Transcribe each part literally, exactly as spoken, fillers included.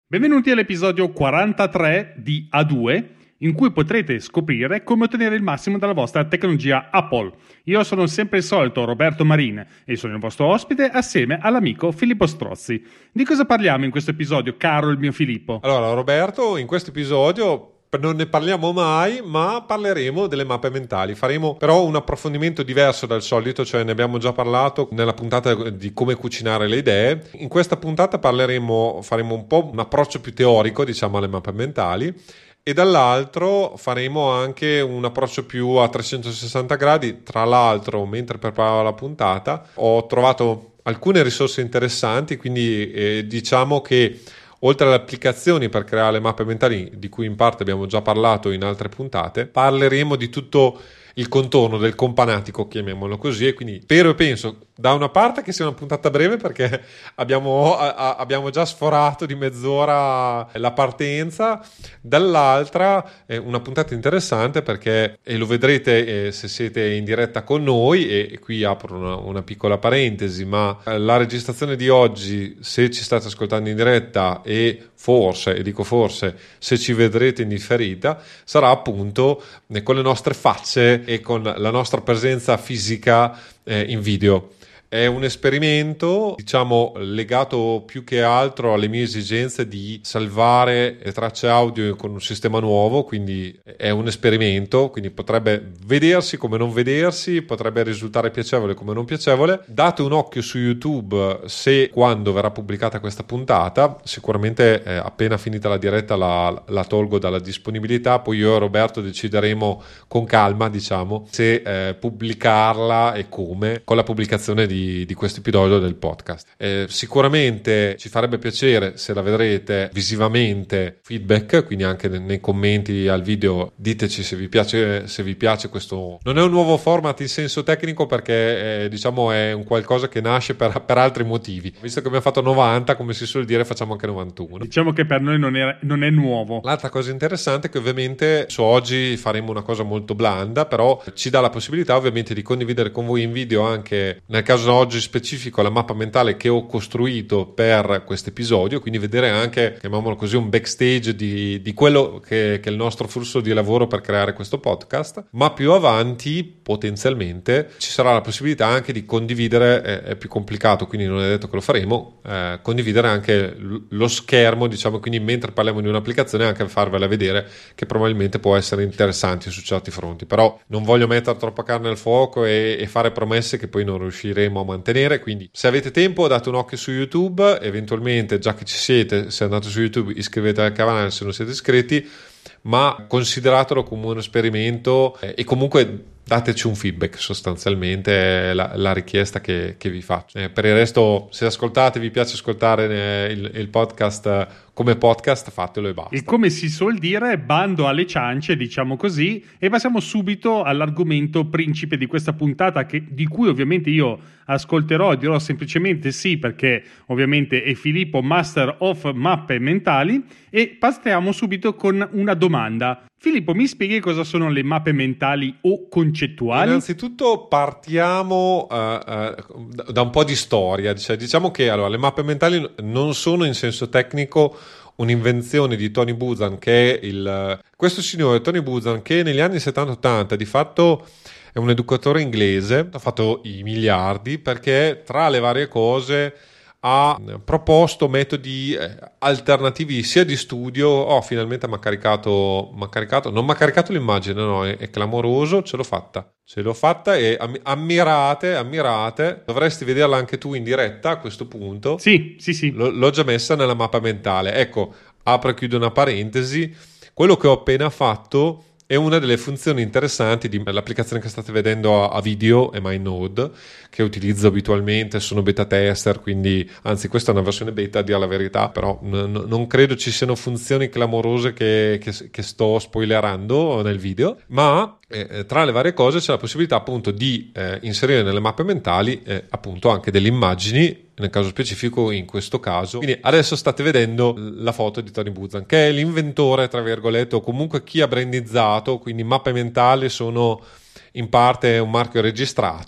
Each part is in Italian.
Benvenuti all'episodio quarantatré di A due, in cui potrete scoprire come ottenere il massimo dalla vostra tecnologia Apple. Io sono sempre il solito Roberto Marin e sono il vostro ospite assieme all'amico Filippo Strozzi. Di cosa parliamo in questo episodio, caro il mio Filippo? Allora, Roberto, in questo episodio non ne parliamo mai, ma parleremo delle mappe mentali. Faremo però un approfondimento diverso dal solito, cioè ne abbiamo già parlato nella puntata di come cucinare le idee. In questa puntata parleremo, faremo un po' un approccio più teorico, diciamo, alle mappe mentali, e dall'altro faremo anche un approccio più a trecentosessanta gradi. Tra l'altro, mentre preparavo la puntata, ho trovato alcune risorse interessanti, quindi eh, diciamo che oltre alle applicazioni per creare le mappe mentali, di cui in parte abbiamo già parlato in altre puntate, parleremo di tutto il contorno del companatico, chiamiamolo così, e quindi spero e penso da una parte che sia una puntata breve, perché abbiamo, a, abbiamo già sforato di mezz'ora la partenza, dall'altra è una puntata interessante perché, e lo vedrete eh, se siete in diretta con noi, e, e qui apro una, una piccola parentesi, ma la registrazione di oggi, se ci state ascoltando in diretta, e forse, e dico forse, se ci vedrete in differita, sarà appunto eh, con le nostre facce e con la nostra presenza fisica eh, in video. È un esperimento, diciamo, legato più che altro alle mie esigenze di salvare tracce audio con un sistema nuovo, quindi è un esperimento, quindi potrebbe vedersi come non vedersi, potrebbe risultare piacevole come non piacevole. Date un occhio su YouTube se quando verrà pubblicata questa puntata, sicuramente eh, appena finita la diretta la, la tolgo dalla disponibilità, poi io e Roberto decideremo con calma, diciamo, se eh, pubblicarla e come, con la pubblicazione di Di, di questo episodio del podcast. Eh, sicuramente ci farebbe piacere se la vedrete visivamente, feedback, quindi anche nei, nei commenti al video diteci se vi piace, se vi piace questo. Non è un nuovo format in senso tecnico, perché eh, diciamo è un qualcosa che nasce per, per altri motivi. Visto che abbiamo fatto novanta, come si suol dire, facciamo anche novantuno. Diciamo che per noi non è, non è nuovo. L'altra cosa interessante è che ovviamente su oggi faremo una cosa molto blanda, però ci dà la possibilità ovviamente di condividere con voi in video, anche nel caso oggi specifico, la mappa mentale che ho costruito per questo episodio, quindi vedere anche, chiamiamolo così, un backstage di, di quello che, che è il nostro flusso di lavoro per creare questo podcast. Ma più avanti potenzialmente ci sarà la possibilità anche di condividere, è, è più complicato, quindi non è detto che lo faremo, eh, condividere anche lo schermo, diciamo, quindi mentre parliamo di un'applicazione anche farvela vedere, che probabilmente può essere interessante su certi fronti. Però non voglio mettere troppa carne al fuoco e, e fare promesse che poi non riusciremo a mantenere, quindi se avete tempo date un occhio su YouTube, eventualmente già che ci siete, se andate su YouTube iscrivetevi al canale se non siete iscritti, ma consideratelo come un esperimento eh, e comunque dateci un feedback, sostanzialmente è la, la richiesta che, che vi faccio. Eh, per il resto, se ascoltate, vi piace ascoltare eh, il, il podcast eh, come podcast, fatelo e basta. E come si suol dire, bando alle ciance, diciamo così, e passiamo subito all'argomento principe di questa puntata, che, di cui ovviamente io ascolterò e dirò semplicemente sì, perché ovviamente è Filippo, master of mappe mentali, e passiamo subito con una domanda. Filippo, mi spieghi cosa sono le mappe mentali o concettuali? Innanzitutto partiamo uh, uh, da un po' di storia. Cioè, diciamo che allora, le mappe mentali non sono in senso tecnico un'invenzione di Tony Buzan, che è il questo signore Tony Buzan, che negli anni settanta ottanta di fatto è un educatore inglese, ha fatto i miliardi perché tra le varie cose ha proposto metodi alternativi sia di studio. Oh, finalmente mi ha caricato, m'ha caricato, non mi ha caricato l'immagine, no, è, è clamoroso, ce l'ho fatta, ce l'ho fatta e ammirate, ammirate, dovresti vederla anche tu in diretta a questo punto. Sì, sì, sì. L- l'ho già messa nella mappa mentale. Ecco, apro e chiudo una parentesi, quello che ho appena fatto è una delle funzioni interessanti dell'applicazione che state vedendo a video, è MindNode, che utilizzo abitualmente, sono beta tester, quindi anzi questa è una versione beta a dire la verità, però n- non credo ci siano funzioni clamorose che, che, che sto spoilerando nel video, ma eh, tra le varie cose c'è la possibilità appunto di eh, inserire nelle mappe mentali eh, appunto anche delle immagini, nel caso specifico in questo caso. Quindi adesso state vedendo la foto di Tony Buzan, che è l'inventore, tra virgolette, o comunque chi ha brandizzato, quindi mappe mentali sono in parte un marchio registrato,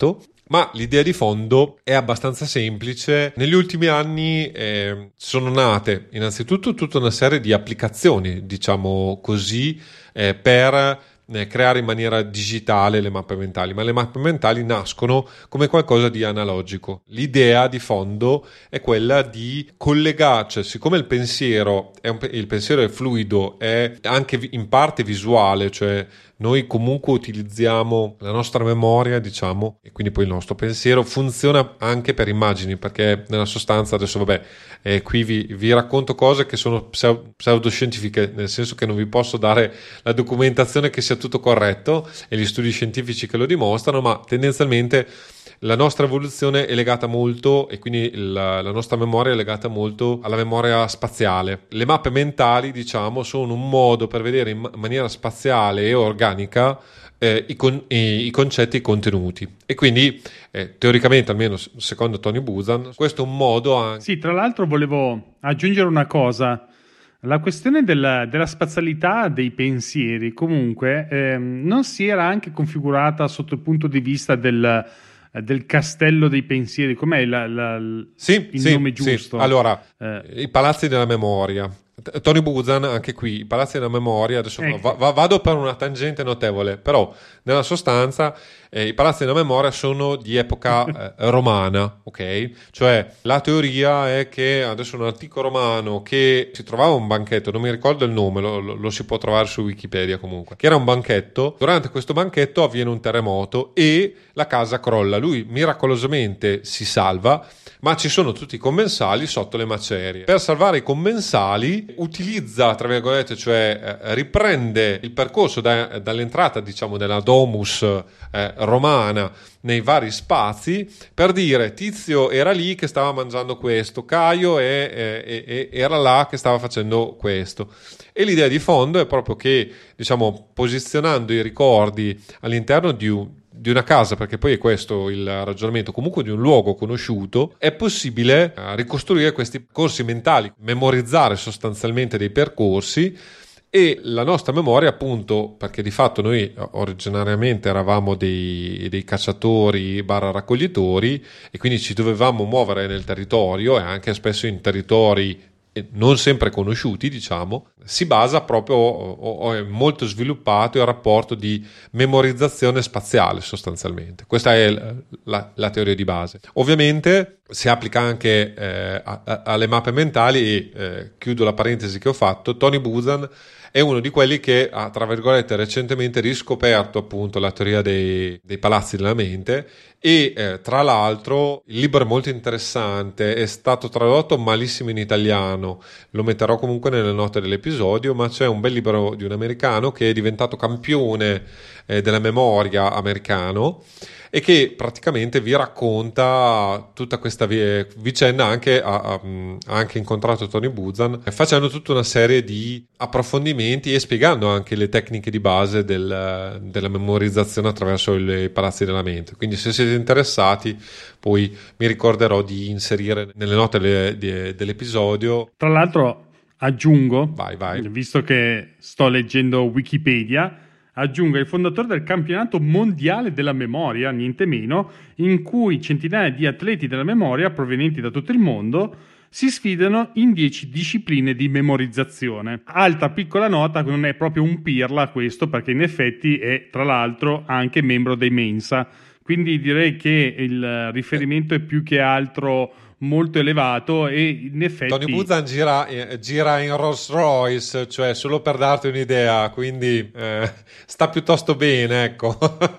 Ma l'idea di fondo è abbastanza semplice. Negli ultimi anni eh, sono nate innanzitutto tutta una serie di applicazioni, diciamo così, eh, per eh, creare in maniera digitale le mappe mentali, ma le mappe mentali nascono come qualcosa di analogico. L'idea di fondo è quella di collegarci, siccome il pensiero è un, il pensiero è fluido, è anche in parte visuale, cioè noi comunque utilizziamo la nostra memoria, diciamo, e quindi poi il nostro pensiero funziona anche per immagini, perché nella sostanza, adesso vabbè, eh, qui vi, vi racconto cose che sono pseu- pseudoscientifiche, nel senso che non vi posso dare la documentazione che sia tutto corretto e gli studi scientifici che lo dimostrano, ma tendenzialmente la nostra evoluzione è legata molto, e quindi la, la nostra memoria è legata molto alla memoria spaziale. Le mappe mentali, diciamo, sono un modo per vedere in maniera spaziale e organica eh, i, con, i, i concetti e i contenuti. E quindi, eh, teoricamente, almeno secondo Tony Buzan, questo è un modo anche... Sì, tra l'altro volevo aggiungere una cosa. La questione della, della spazialità dei pensieri, comunque, ehm, non si era anche configurata sotto il punto di vista del... del castello dei pensieri, com'è la, la, sì, il sì, nome giusto? Sì. Allora, eh. i palazzi della memoria. Tony Buzan, anche qui, i palazzi della memoria, adesso ecco. va, va, vado per una tangente notevole, però nella sostanza eh, i palazzi della memoria sono di epoca eh, romana, ok? Cioè la teoria è che adesso un antico romano che si trovava un banchetto, non mi ricordo il nome, lo, lo, lo si può trovare su Wikipedia comunque, che era un banchetto, durante questo banchetto avviene un terremoto e la casa crolla, lui miracolosamente si salva, ma ci sono tutti i commensali sotto le macerie. Per salvare i commensali utilizza, tra virgolette, cioè eh, riprende il percorso da, dall'entrata, diciamo, della domus eh, romana nei vari spazi per dire Tizio era lì che stava mangiando questo, Caio è, è, è, era là che stava facendo questo. E l'idea di fondo è proprio che, diciamo, posizionando i ricordi all'interno di un di una casa, perché poi è questo il ragionamento, comunque di un luogo conosciuto, è possibile ricostruire questi corsi mentali, memorizzare sostanzialmente dei percorsi. E la nostra memoria, appunto, perché di fatto noi originariamente eravamo dei, dei cacciatori barra raccoglitori e quindi ci dovevamo muovere nel territorio e anche spesso in territori non sempre conosciuti, diciamo, si basa proprio o è molto sviluppato il rapporto di memorizzazione spaziale sostanzialmente. Questa è la, la teoria di base. Ovviamente si applica anche eh, a, a, alle mappe mentali e eh, chiudo la parentesi che ho fatto. Tony Buzan è uno di quelli che ha, tra virgolette, recentemente riscoperto appunto la teoria dei, dei palazzi della mente e eh, tra l'altro il libro è molto interessante, è stato tradotto malissimo in italiano, lo metterò comunque nelle note dell'episodio, ma c'è un bel libro di un americano che è diventato campione eh, della memoria americano e che praticamente vi racconta tutta questa vicenda. Anche ha, ha anche incontrato Tony Buzan facendo tutta una serie di approfondimenti e spiegando anche le tecniche di base del, della memorizzazione attraverso i palazzi della mente. Quindi se siete interessati poi mi ricorderò di inserire nelle note le, de, dell'episodio. Tra l'altro aggiungo, vai, vai. visto che sto leggendo Wikipedia, aggiungo il fondatore del campionato mondiale della memoria, niente meno, in cui centinaia di atleti della memoria provenienti da tutto il mondo si sfidano in dieci discipline di memorizzazione. Altra piccola nota, non è proprio un pirla questo, perché in effetti è tra l'altro anche membro dei Mensa, quindi direi che il riferimento è più che altro molto elevato e in effetti Tony Buzan gira, eh, gira in Rolls Royce, cioè solo per darti un'idea, quindi eh, sta piuttosto bene, ecco.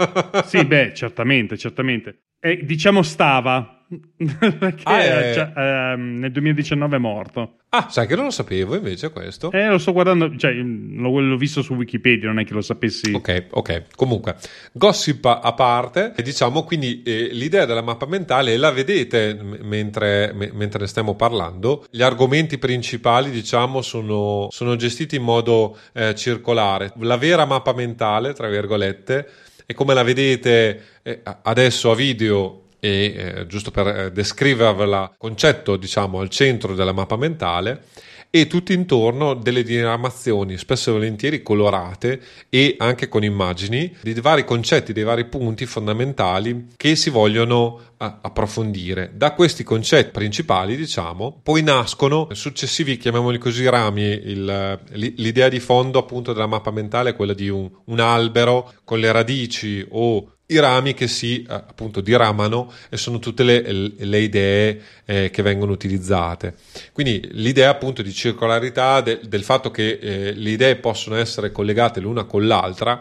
Sì, beh, certamente, certamente. E diciamo stava perché ah, è... cioè, ehm, nel duemiladiciannove è morto. Ah, sai che non lo sapevo invece questo? Eh, lo sto guardando, cioè l'ho, l'ho visto su Wikipedia, non è che lo sapessi. Ok, ok. Comunque, gossip a parte, diciamo, quindi eh, l'idea della mappa mentale la vedete m- mentre, m- mentre ne stiamo parlando. Gli argomenti principali, diciamo, sono, sono gestiti in modo eh, circolare. La vera mappa mentale, tra virgolette, è come la vedete eh, adesso a video. E eh, giusto per eh, descrivervela, concetto, diciamo, al centro della mappa mentale e tutto intorno delle diramazioni spesso e volentieri colorate e anche con immagini di vari concetti, dei vari punti fondamentali che si vogliono uh, approfondire. Da questi concetti principali, diciamo, poi nascono successivi, chiamiamoli così, rami. Il, l'idea di fondo appunto della mappa mentale è quella di un, un albero con le radici o i rami che si eh, appunto diramano, e sono tutte le, le idee eh, che vengono utilizzate. Quindi l'idea appunto di circolarità, de, del fatto che eh, le idee possono essere collegate l'una con l'altra,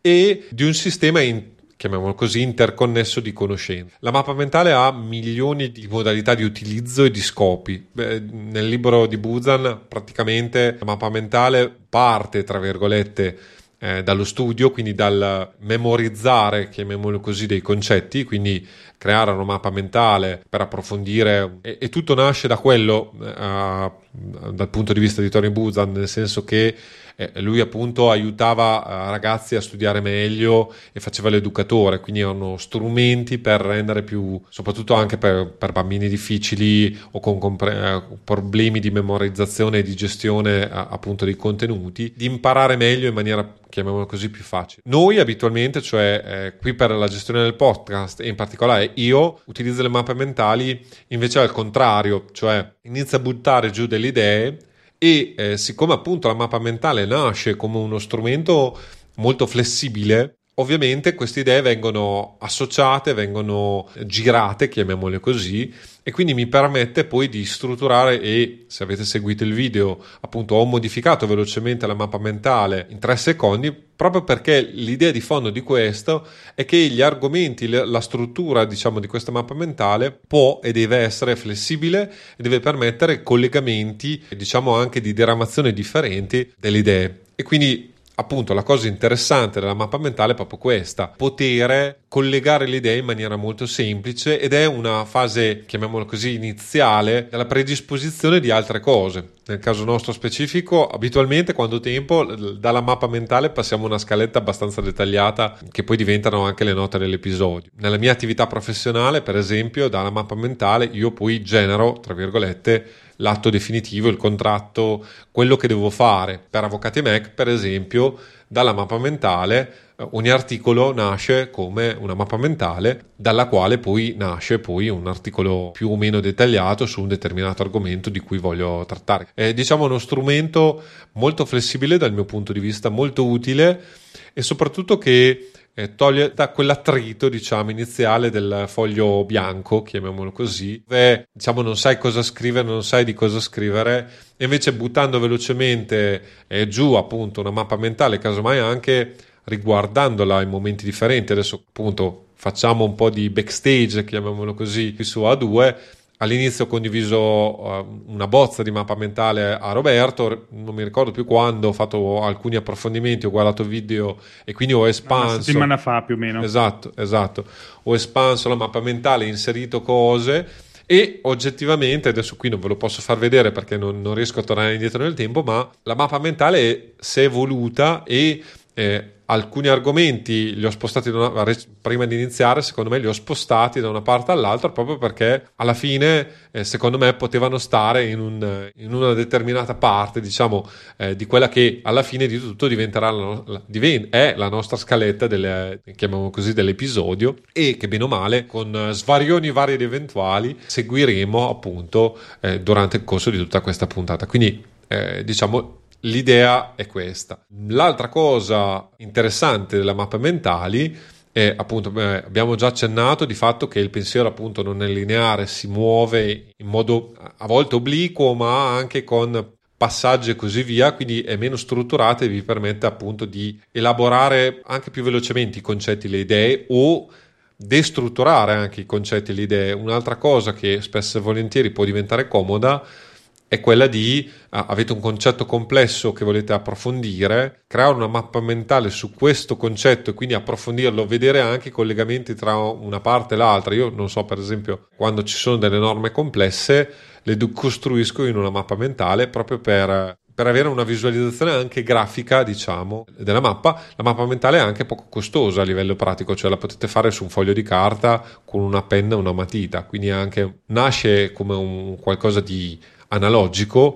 e di un sistema in, chiamiamolo così, interconnesso di conoscenze. La mappa mentale ha milioni di modalità di utilizzo e di scopi. Beh, nel libro di Buzan praticamente la mappa mentale parte, tra virgolette, Eh, dallo studio, quindi dal memorizzare, chiamiamolo così, dei concetti, quindi creare una mappa mentale per approfondire, e, e tutto nasce da quello eh, dal punto di vista di Tony Buzan, nel senso che eh, lui appunto aiutava eh, ragazzi a studiare meglio e faceva l'educatore, quindi erano strumenti per rendere più, soprattutto anche per, per bambini difficili o con compre- eh, problemi di memorizzazione e di gestione eh, appunto dei contenuti, di imparare meglio in maniera, chiamiamolo così, più facile. Noi abitualmente, cioè eh, qui per la gestione del podcast e in particolare io, utilizzo le mappe mentali invece al contrario, cioè inizio a buttare giù delle idee e eh, siccome appunto la mappa mentale nasce come uno strumento molto flessibile, ovviamente queste idee vengono associate, vengono girate, chiamiamole così, e quindi mi permette poi di strutturare, e se avete seguito il video appunto ho modificato velocemente la mappa mentale in tre secondi, proprio perché l'idea di fondo di questo è che gli argomenti, la struttura diciamo di questa mappa mentale può e deve essere flessibile e deve permettere collegamenti diciamo anche di diramazione differenti delle idee. E quindi appunto la cosa interessante della mappa mentale è proprio questa: poter collegare le idee in maniera molto semplice, ed è una fase, chiamiamola così, iniziale della predisposizione di altre cose. Nel caso nostro specifico, abitualmente quando tempo dalla mappa mentale passiamo a una scaletta abbastanza dettagliata che poi diventano anche le note dell'episodio. Nella mia attività professionale, per esempio, dalla mappa mentale io poi genero, tra virgolette, l'atto definitivo, il contratto, quello che devo fare. Per Avvocati Mac, per esempio, dalla mappa mentale ogni articolo nasce come una mappa mentale, dalla quale poi nasce poi un articolo più o meno dettagliato su un determinato argomento di cui voglio trattare. È diciamo uno strumento molto flessibile dal mio punto di vista, molto utile, e soprattutto che eh, toglie da quell'attrito diciamo iniziale del foglio bianco, chiamiamolo così, dove diciamo non sai cosa scrivere, non sai di cosa scrivere, e invece buttando velocemente eh, giù appunto una mappa mentale, casomai anche riguardandola in momenti differenti. Adesso appunto facciamo un po' di backstage, chiamiamolo così, su A due. All'inizio ho condiviso uh, una bozza di mappa mentale a Roberto, non mi ricordo più quando, ho fatto alcuni approfondimenti, ho guardato video e quindi ho espanso. Una settimana fa più o meno. Esatto, esatto. Ho espanso la mappa mentale, inserito cose, e oggettivamente, adesso qui non ve lo posso far vedere perché non, non riesco a tornare indietro nel tempo, ma la mappa mentale si è evoluta e eh, alcuni argomenti li ho spostati da una, prima di iniziare, secondo me li ho spostati da una parte all'altra proprio perché alla fine eh, secondo me potevano stare in, un, in una determinata parte diciamo eh, di quella che alla fine di tutto diventerà la, la, diven- è la nostra scaletta delle, chiamiamo così, dell'episodio, e che bene o male con svarioni vari ed eventuali seguiremo appunto eh, durante il corso di tutta questa puntata. Quindi eh, diciamo l'idea è questa. L'altra cosa interessante delle mappe mentali è appunto, beh, abbiamo già accennato di fatto che il pensiero appunto non è lineare, si muove in modo a volte obliquo ma anche con passaggi e così via, quindi è meno strutturato e vi permette appunto di elaborare anche più velocemente i concetti, le idee, o destrutturare anche i concetti e le idee. Un'altra cosa che spesso e volentieri può diventare comoda è quella di ah, avete un concetto complesso che volete approfondire, creare una mappa mentale su questo concetto e quindi approfondirlo, vedere anche i collegamenti tra una parte e l'altra. Io non so, per esempio, quando ci sono delle norme complesse le costruisco in una mappa mentale proprio per, per avere una visualizzazione anche grafica, diciamo, della mappa. La mappa mentale è anche poco costosa a livello pratico, cioè la potete fare su un foglio di carta con una penna e una matita, quindi anche nasce come un qualcosa di analogico,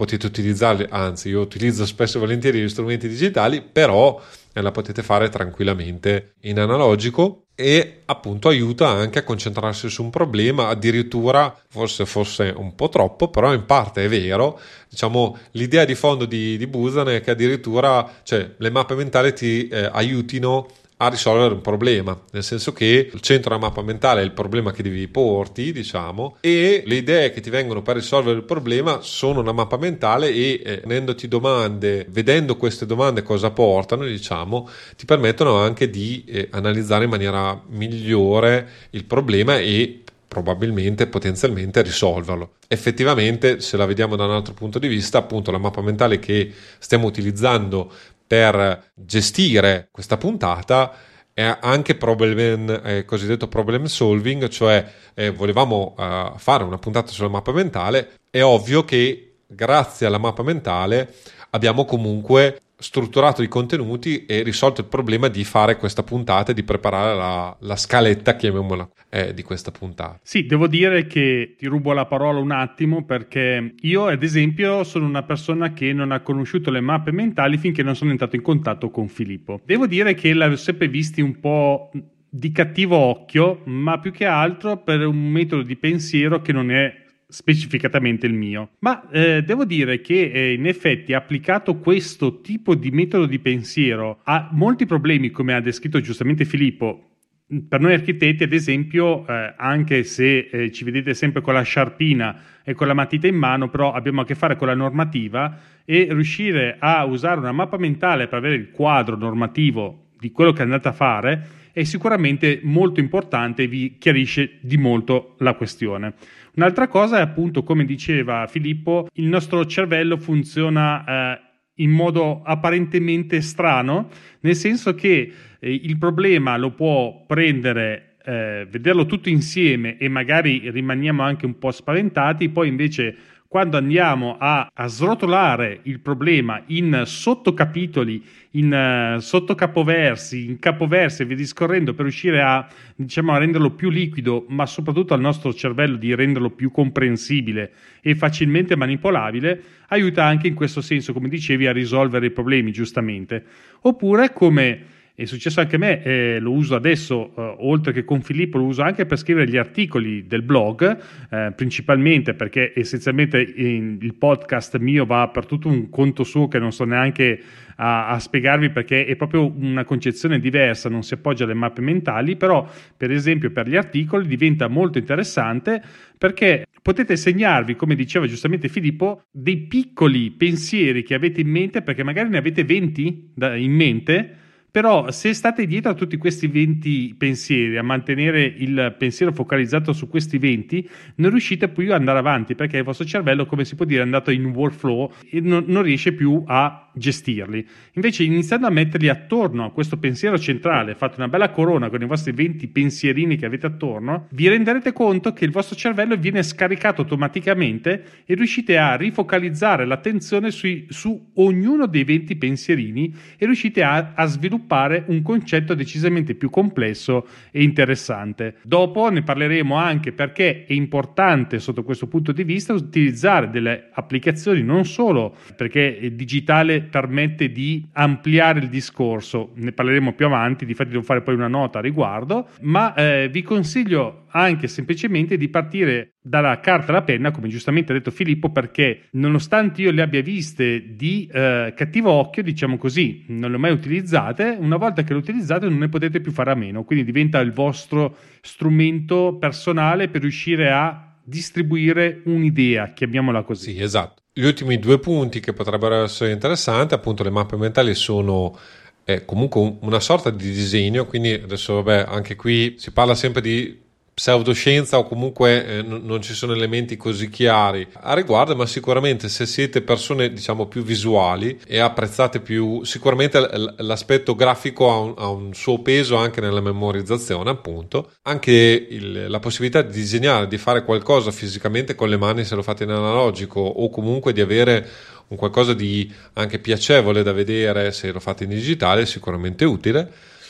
potete utilizzarli, anzi io utilizzo spesso e volentieri gli strumenti digitali, però la potete fare tranquillamente in analogico e appunto aiuta anche a concentrarsi su un problema, addirittura forse fosse un po' troppo, però in parte è vero. Diciamo, l'idea di fondo di, di Buzan è che addirittura, cioè, le mappe mentali ti eh, aiutino a risolvere un problema, nel senso che il centro della mappa mentale è il problema che devi porti, diciamo, e le idee che ti vengono per risolvere il problema sono una mappa mentale e eh, ponendoti domande, vedendo queste domande cosa portano, diciamo, ti permettono anche di eh, analizzare in maniera migliore il problema e probabilmente, potenzialmente risolverlo. Effettivamente, se la vediamo da un altro punto di vista, appunto la mappa mentale che stiamo utilizzando per gestire questa puntata è anche problem, eh, cosiddetto problem solving, cioè eh, volevamo uh, fare una puntata sulla mappa mentale. È ovvio che grazie alla mappa mentale abbiamo comunque strutturato i contenuti e risolto il problema di fare questa puntata e di preparare la, la scaletta, chiamiamola, eh, di questa puntata. Sì, devo dire che ti rubo la parola un attimo, perché io ad esempio sono una persona che non ha conosciuto le mappe mentali finché non sono entrato in contatto con Filippo. Devo dire che l'avevo sempre visti un po' di cattivo occhio, ma più che altro per un metodo di pensiero che non è specificatamente il mio, ma eh, devo dire che eh, in effetti applicato questo tipo di metodo di pensiero a molti problemi, come ha descritto giustamente Filippo. Per noi architetti, ad esempio, eh, anche se eh, ci vedete sempre con la sciarpina e con la matita in mano, però abbiamo a che fare con la normativa e riuscire a usare una mappa mentale per avere il quadro normativo di quello che andate a fare è sicuramente molto importante e vi chiarisce di molto la questione. Un'altra cosa è appunto, come diceva Filippo, il nostro cervello funziona eh, in modo apparentemente strano, nel senso che eh, il problema lo può prendere, eh, vederlo tutto insieme e magari rimaniamo anche un po' spaventati, poi invece quando andiamo a, a srotolare il problema in sottocapitoli, in uh, sottocapoversi, in capoversi e via discorrendo, per riuscire a, diciamo, a renderlo più liquido, ma soprattutto al nostro cervello di renderlo più comprensibile e facilmente manipolabile, aiuta anche in questo senso, come dicevi, a risolvere i problemi, giustamente. Oppure, come è successo anche a me, eh, lo uso adesso, eh, oltre che con Filippo, lo uso anche per scrivere gli articoli del blog, eh, principalmente perché essenzialmente in, il podcast mio va per tutto un conto suo che non sto neanche a, a spiegarvi, perché è proprio una concezione diversa, non si appoggia alle mappe mentali, però per esempio per gli articoli diventa molto interessante perché potete segnarvi, come diceva giustamente Filippo, dei piccoli pensieri che avete in mente, perché magari ne avete venti da, in mente. Però se state dietro a tutti questi venti pensieri, a mantenere il pensiero focalizzato su questi venti, non riuscite più ad andare avanti, perché il vostro cervello, come si può dire, è andato in workflow e non, non riesce più a gestirli. Invece, iniziando a metterli attorno a questo pensiero centrale, fate una bella corona con i vostri venti pensierini che avete attorno, vi renderete conto che il vostro cervello viene scaricato automaticamente e riuscite a rifocalizzare l'attenzione sui, su ognuno dei venti pensierini e riuscite a, a sviluppare un concetto decisamente più complesso e interessante. Dopo ne parleremo anche perché è importante sotto questo punto di vista utilizzare delle applicazioni, non solo perché il digitale permette di ampliare il discorso, ne parleremo più avanti, difatti devo fare poi una nota a riguardo, ma eh, vi consiglio anche semplicemente di partire dalla carta alla penna, come giustamente ha detto Filippo, perché nonostante io le abbia viste di eh, cattivo occhio, diciamo così, non le ho mai utilizzate, una volta che le utilizzate non ne potete più fare a meno, quindi diventa il vostro strumento personale per riuscire a distribuire un'idea, chiamiamola così. Sì, esatto. Gli ultimi due punti che potrebbero essere interessanti, appunto le mappe mentali sono eh, comunque una sorta di disegno, quindi adesso vabbè, anche qui si parla sempre di pseudoscienza o comunque eh, n- non ci sono elementi così chiari a riguardo, ma sicuramente se siete persone diciamo più visuali e apprezzate più, sicuramente l- l'aspetto grafico ha un, ha un suo peso anche nella memorizzazione, appunto anche il, la possibilità di disegnare, di fare qualcosa fisicamente con le mani se lo fate in analogico, o comunque di avere un qualcosa di anche piacevole da vedere se lo fate in digitale, è sicuramente utile.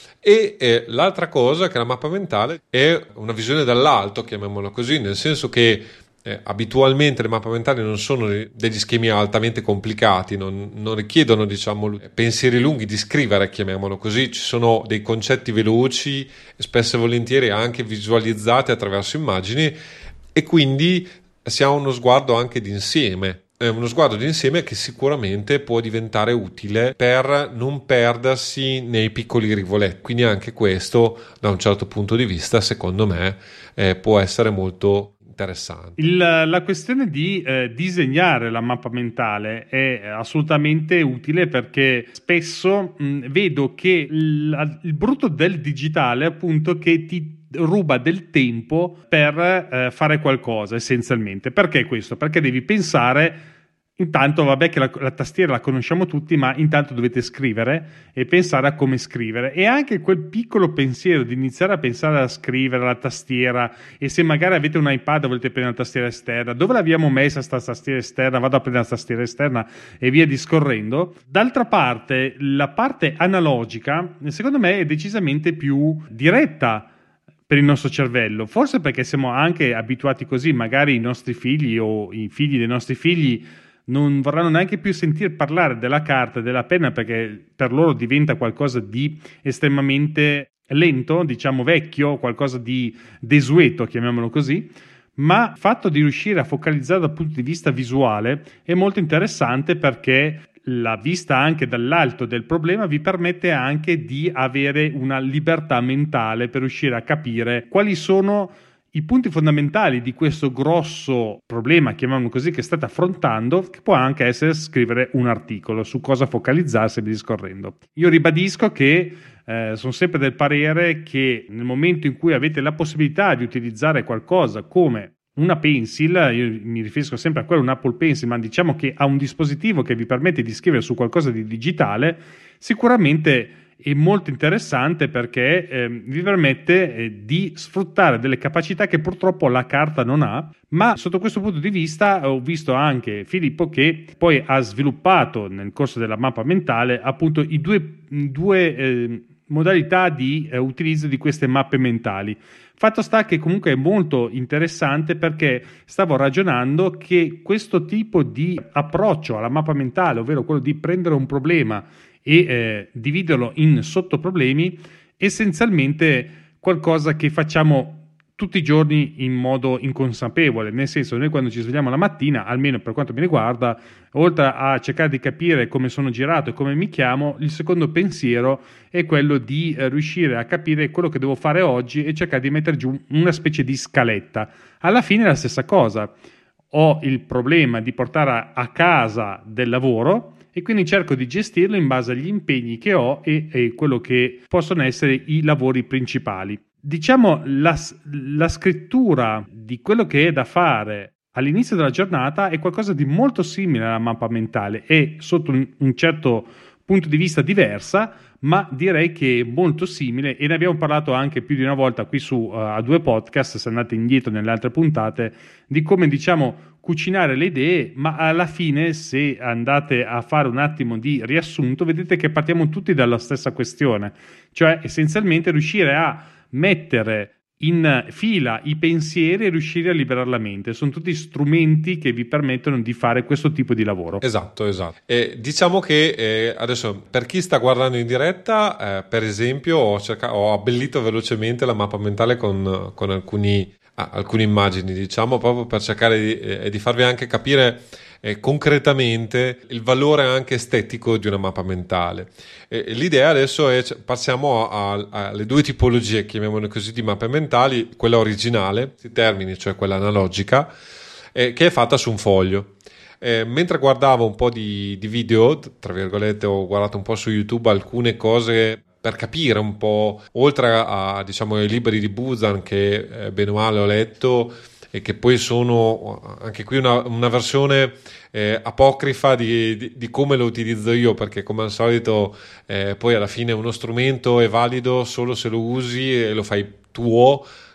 E eh, l'altra cosa che la mappa mentale è una visione dall'alto, chiamiamola così, nel senso che Eh, abitualmente le mappe mentali non sono degli schemi altamente complicati, non, non richiedono, diciamo, pensieri lunghi di scrivere, chiamiamolo così. Ci sono dei concetti veloci, spesso e volentieri anche visualizzati attraverso immagini, e quindi si ha uno sguardo anche d'insieme. È uno sguardo d'insieme che sicuramente può diventare utile per non perdersi nei piccoli rivoletti. Quindi anche questo, da un certo punto di vista, secondo me, eh, può essere molto interessante. Il, la questione di eh, disegnare la mappa mentale è assolutamente utile, perché spesso mh, vedo che il, il brutto del digitale è appunto che ti ruba del tempo per eh, fare qualcosa, essenzialmente. Perché questo? Perché devi pensare. Intanto, vabbè, che la, la tastiera la conosciamo tutti, ma intanto dovete scrivere e pensare a come scrivere. E anche quel piccolo pensiero di iniziare a pensare a scrivere la tastiera, e se magari avete un iPad volete prendere la tastiera esterna, dove l'abbiamo messa sta tastiera esterna, vado a prendere la tastiera esterna e via discorrendo. D'altra parte, la parte analogica, secondo me, è decisamente più diretta per il nostro cervello, forse perché siamo anche abituati così. Magari i nostri figli o i figli dei nostri figli non vorranno neanche più sentire parlare della carta e della penna, perché per loro diventa qualcosa di estremamente lento, diciamo vecchio, qualcosa di desueto, chiamiamolo così. Ma il fatto di riuscire a focalizzare dal punto di vista visuale è molto interessante, perché la vista anche dall'alto del problema vi permette anche di avere una libertà mentale per riuscire a capire quali sono i punti fondamentali di questo grosso problema, chiamiamolo così, che state affrontando, che può anche essere scrivere un articolo su cosa focalizzarsi e via discorrendo. Io ribadisco che eh, sono sempre del parere che nel momento in cui avete la possibilità di utilizzare qualcosa come una pencil, io mi riferisco sempre a quello, un Apple Pencil, ma diciamo che ha un dispositivo che vi permette di scrivere su qualcosa di digitale, sicuramente è molto interessante, perché eh, vi permette eh, di sfruttare delle capacità che purtroppo la carta non ha. Ma sotto questo punto di vista ho visto anche Filippo che poi ha sviluppato nel corso della mappa mentale appunto i due, due eh, modalità di eh, utilizzo di queste mappe mentali. Fatto sta che comunque è molto interessante, perché stavo ragionando che questo tipo di approccio alla mappa mentale, ovvero quello di prendere un problema e eh, dividerlo in sottoproblemi, essenzialmente qualcosa che facciamo tutti i giorni in modo inconsapevole. Nel senso, noi quando ci svegliamo la mattina, almeno per quanto mi riguarda, oltre a cercare di capire come sono girato e come mi chiamo, il secondo pensiero è quello di eh, riuscire a capire quello che devo fare oggi e cercare di mettere giù una specie di scaletta. Alla fine è la stessa cosa. Ho il problema di portare a casa del lavoro e quindi cerco di gestirlo in base agli impegni che ho e, e quello che possono essere i lavori principali. Diciamo la, la scrittura di quello che è da fare all'inizio della giornata è qualcosa di molto simile alla mappa mentale, e sotto un, un certo punto di vista diversa, ma direi che è molto simile, e ne abbiamo parlato anche più di una volta qui su uh, a due podcast, se andate indietro nelle altre puntate, di come diciamo cucinare le idee. Ma alla fine, se andate a fare un attimo di riassunto, vedete che partiamo tutti dalla stessa questione, cioè essenzialmente riuscire a mettere in fila i pensieri e riuscire a liberare la mente. Sono tutti strumenti che vi permettono di fare questo tipo di lavoro. Esatto, esatto. E diciamo che eh, adesso, per chi sta guardando in diretta, eh, per esempio, ho, cercato, ho abbellito velocemente la mappa mentale con, con alcuni, ah, alcune immagini, diciamo, proprio per cercare di, eh, di farvi anche capire eh, concretamente il valore anche estetico di una mappa mentale. E, e l'idea adesso è, passiamo alle due tipologie, chiamiamole così, di mappe mentali: quella originale, si termini, cioè quella analogica, eh, che è fatta su un foglio. Eh, mentre guardavo un po' di, di video, tra virgolette, ho guardato un po' su YouTube alcune cose per capire un po', oltre a, a diciamo ai libri di Buzan che eh, bene o male ho letto, e che poi sono anche qui una, una versione eh, apocrifa di, di, di come lo utilizzo io, perché come al solito eh, poi alla fine uno strumento è valido solo se lo usi e lo fai tuo,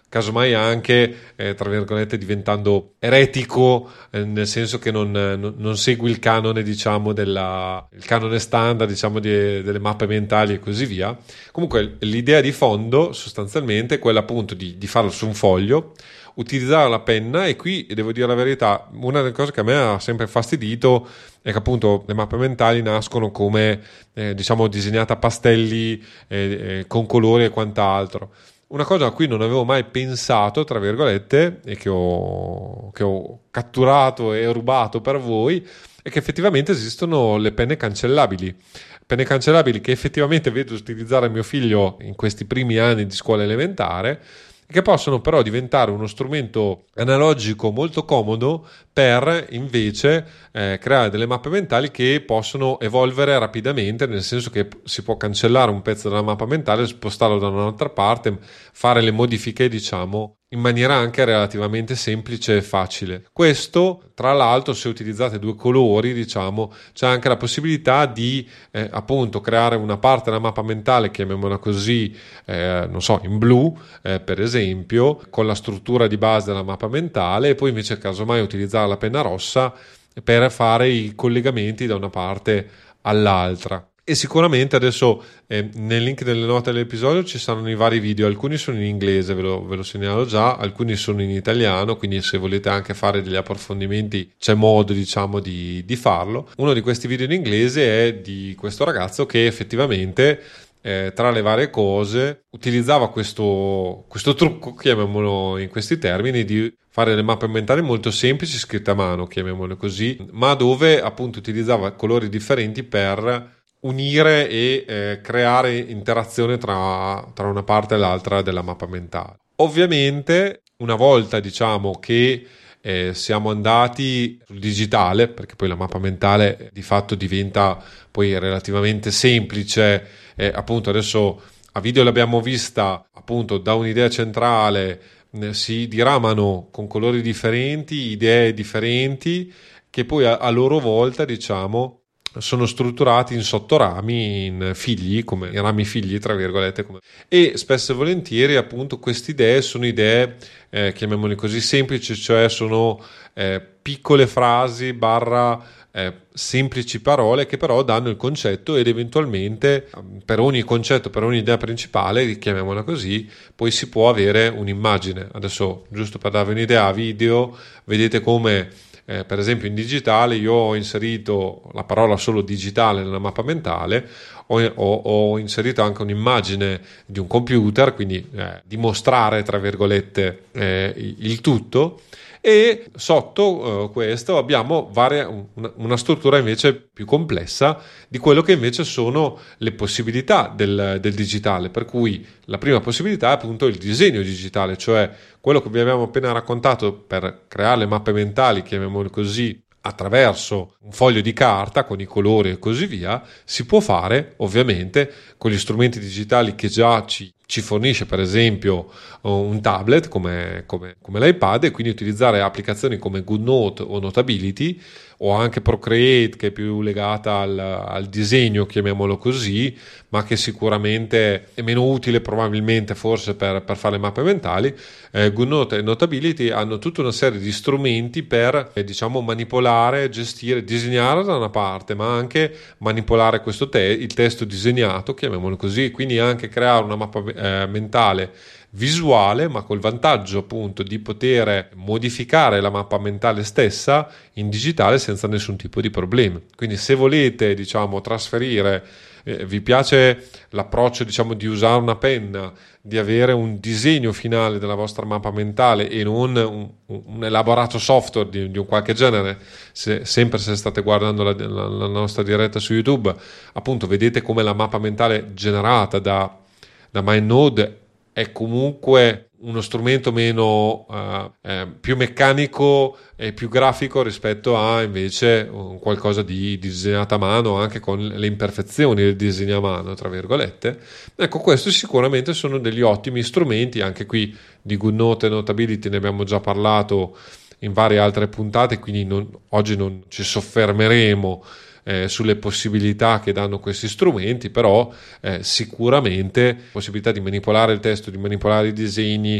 casomai anche, eh, tra virgolette, diventando eretico, eh, nel senso che non, non, non segui il canone, diciamo, della, il canone standard, diciamo, di, delle mappe mentali e così via. Comunque l'idea di fondo sostanzialmente è quella appunto di, di farlo su un foglio, utilizzare la penna, e qui devo dire la verità, una delle cose che a me ha sempre fastidito è che appunto le mappe mentali nascono come eh, diciamo disegnate a pastelli eh, eh, con colori e quant'altro. Una cosa a cui non avevo mai pensato, tra virgolette, e che ho, che ho catturato e rubato per voi, è che effettivamente esistono le penne cancellabili. Penne cancellabili che effettivamente vedo utilizzare mio figlio in questi primi anni di scuola elementare, che possono però diventare uno strumento analogico molto comodo per invece eh, creare delle mappe mentali che possono evolvere rapidamente, nel senso che si può cancellare un pezzo della mappa mentale, spostarlo da un'altra parte, fare le modifiche, diciamo, in maniera anche relativamente semplice e facile. Questo, tra l'altro, se utilizzate due colori, diciamo, c'è anche la possibilità di eh, appunto creare una parte della mappa mentale, chiamiamola così, eh, non so, in blu, eh, per esempio, con la struttura di base della mappa mentale, e poi invece casomai utilizzare la penna rossa per fare i collegamenti da una parte all'altra. E sicuramente adesso eh, nel link delle note dell'episodio ci saranno i vari video, alcuni sono in inglese, ve lo, ve lo segnalo già, alcuni sono in italiano, quindi se volete anche fare degli approfondimenti c'è modo, diciamo, di, di farlo. Uno di questi video in inglese è di questo ragazzo che effettivamente eh, tra le varie cose utilizzava questo, questo trucco, chiamiamolo in questi termini, di fare delle mappe mentali molto semplici, scritte a mano, chiamiamole così, ma dove appunto utilizzava colori differenti per unire e eh, creare interazione tra, tra una parte e l'altra della mappa mentale. Ovviamente, una volta diciamo che eh, siamo andati sul digitale, perché poi la mappa mentale di fatto diventa poi relativamente semplice, eh, appunto adesso a video l'abbiamo vista, appunto da un'idea centrale eh, si diramano con colori differenti, idee differenti, che poi a, a loro volta, diciamo, sono strutturati in sottorami, in figli, come in rami figli, tra virgolette, come. E spesso e volentieri appunto queste idee sono idee, eh, chiamiamole così, semplici, cioè sono eh, piccole frasi barra eh, semplici parole che però danno il concetto, ed eventualmente per ogni concetto, per ogni idea principale, chiamiamola così, poi si può avere un'immagine. Adesso, giusto per darvi un'idea a video, vedete come Eh, per esempio in digitale io ho inserito la parola solo digitale nella mappa mentale, ho, ho, ho inserito anche un'immagine di un computer, quindi eh, dimostrare tra virgolette eh, il tutto, e sotto eh, questo abbiamo varie, una, una struttura invece più complessa di quello che invece sono le possibilità del, del digitale, per cui la prima possibilità è appunto il disegno digitale, cioè quello che vi abbiamo appena raccontato per creare le mappe mentali, chiamiamole così, attraverso un foglio di carta con i colori e così via, si può fare ovviamente con gli strumenti digitali che già ci, ci fornisce, per esempio un tablet come, come, come l'iPad, e quindi utilizzare applicazioni come GoodNote o Notability, o anche Procreate, che è più legata al, al disegno, chiamiamolo così, ma che sicuramente è meno utile probabilmente forse per, per fare le mappe mentali. eh, GoodNote e Notability hanno tutta una serie di strumenti per eh, diciamo manipolare, gestire, disegnare da una parte, ma anche manipolare questo te- il testo disegnato, chiamiamolo così, quindi anche creare una mappa eh, mentale visuale, ma col vantaggio appunto di poter modificare la mappa mentale stessa in digitale senza nessun tipo di problemi. Quindi se volete, diciamo, trasferire, eh, vi piace l'approccio, diciamo, di usare una penna, di avere un disegno finale della vostra mappa mentale e non un, un elaborato software di, di un qualche genere, se, sempre se state guardando la, la, la nostra diretta su YouTube, appunto vedete come la mappa mentale generata da, da MindNode è comunque uno strumento meno uh, eh, più meccanico e più grafico rispetto a invece un qualcosa di disegnato a mano, anche con le imperfezioni del disegno a mano, tra virgolette. Ecco, questi sicuramente sono degli ottimi strumenti. Anche qui di GoodNote e Notability ne abbiamo già parlato in varie altre puntate, quindi non, oggi non ci soffermeremo Eh, sulle possibilità che danno questi strumenti, però eh, sicuramente possibilità di manipolare il testo, di manipolare i disegni,